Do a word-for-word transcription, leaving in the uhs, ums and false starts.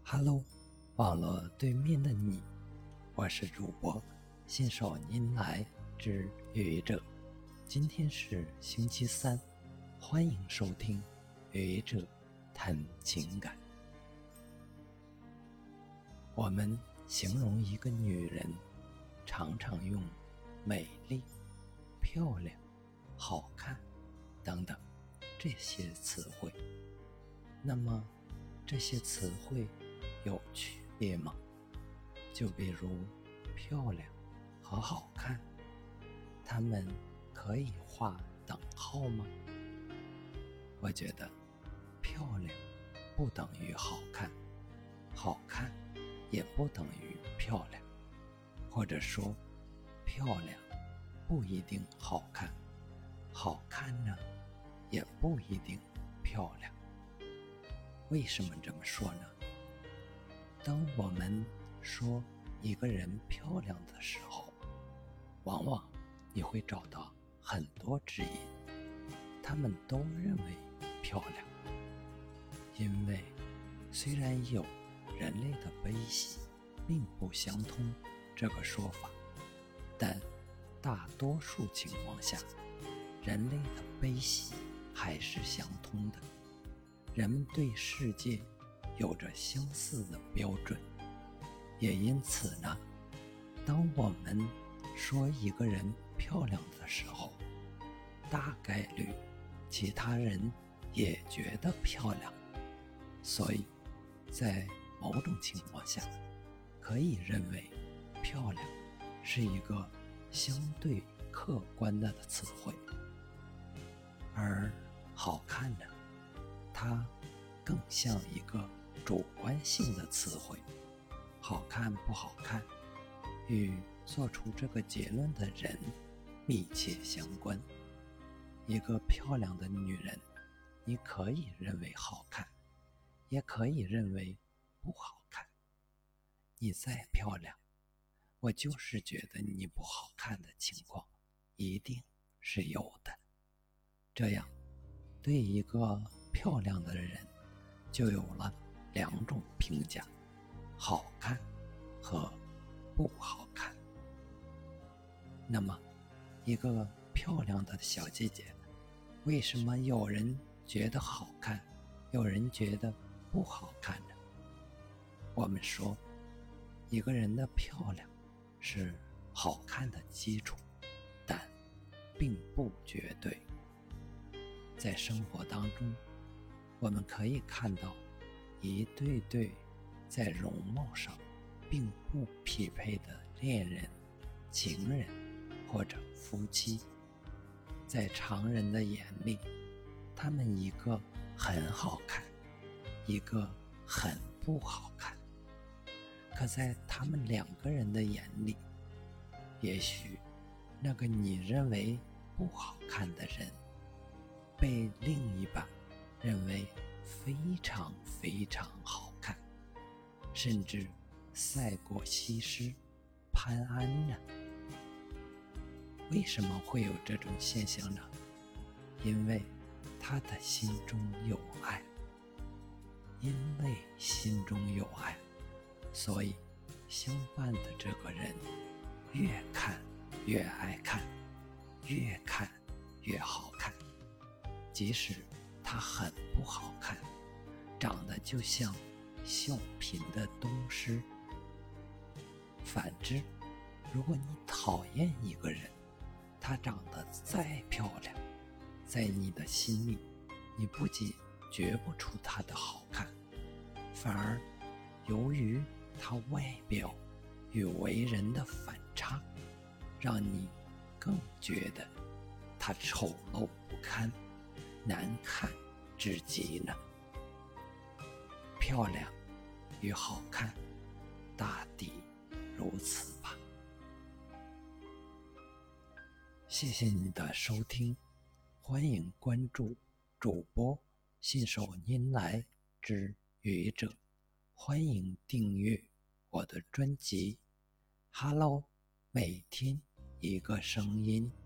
Hello， 网络对面的你，我是主播信手拈来之愚者。今天是星期三，欢迎收听愚者谈情感。我们形容一个女人，常常用美丽、漂亮、好看等等这些词汇。那么这些词汇有区别吗？就比如漂亮和好看，它们可以画等号吗？我觉得漂亮不等于好看，好看也不等于漂亮，或者说漂亮不一定好看，好看呢也不一定漂亮。为什么这么说呢？当我们说一个人漂亮的时候，往往你会找到很多知音，他们都认为漂亮。因为虽然有人类的悲喜并不相通这个说法，但大多数情况下，人类的悲喜还是相通的。人们对世界有着相似的标准，也因此呢，当我们说一个人漂亮的时候，大概率其他人也觉得漂亮。所以在某种情况下，可以认为漂亮是一个相对客观的词汇，而好看呢，它更像一个主观性的词汇。好看不好看与做出这个结论的人密切相关。一个漂亮的女人，你可以认为好看，也可以认为不好看。你再漂亮，我就是觉得你不好看的情况一定是有的。这样对一个漂亮的人就有了两种评价，好看和不好看。那么一个漂亮的小姐姐，为什么有人觉得好看，有人觉得不好看呢？我们说一个人的漂亮是好看的基础，但并不绝对。在生活当中，我们可以看到一对对在容貌上并不匹配的恋人、情人或者夫妻。在常人的眼里，他们一个很好看，一个很不好看。可在他们两个人的眼里，也许那个你认为不好看的人，被另一半认为非常非常好看，甚至赛过西施、潘安呢？为什么会有这种现象呢？因为他的心中有爱，因为心中有爱，所以相伴的这个人越看越爱看，越看越好看。即使他很不好看，长得就像笑贫的东施。反之，如果你讨厌一个人，他长得再漂亮，在你的心里，你不仅觉不出他的好看，反而由于他外表与为人的反差，让你更觉得他丑陋不堪，难看至极呢。漂亮与好看，大抵如此吧。谢谢你的收听，欢迎关注主播信手拈来之愚者，欢迎订阅我的专辑 Hello， 每天一个声音。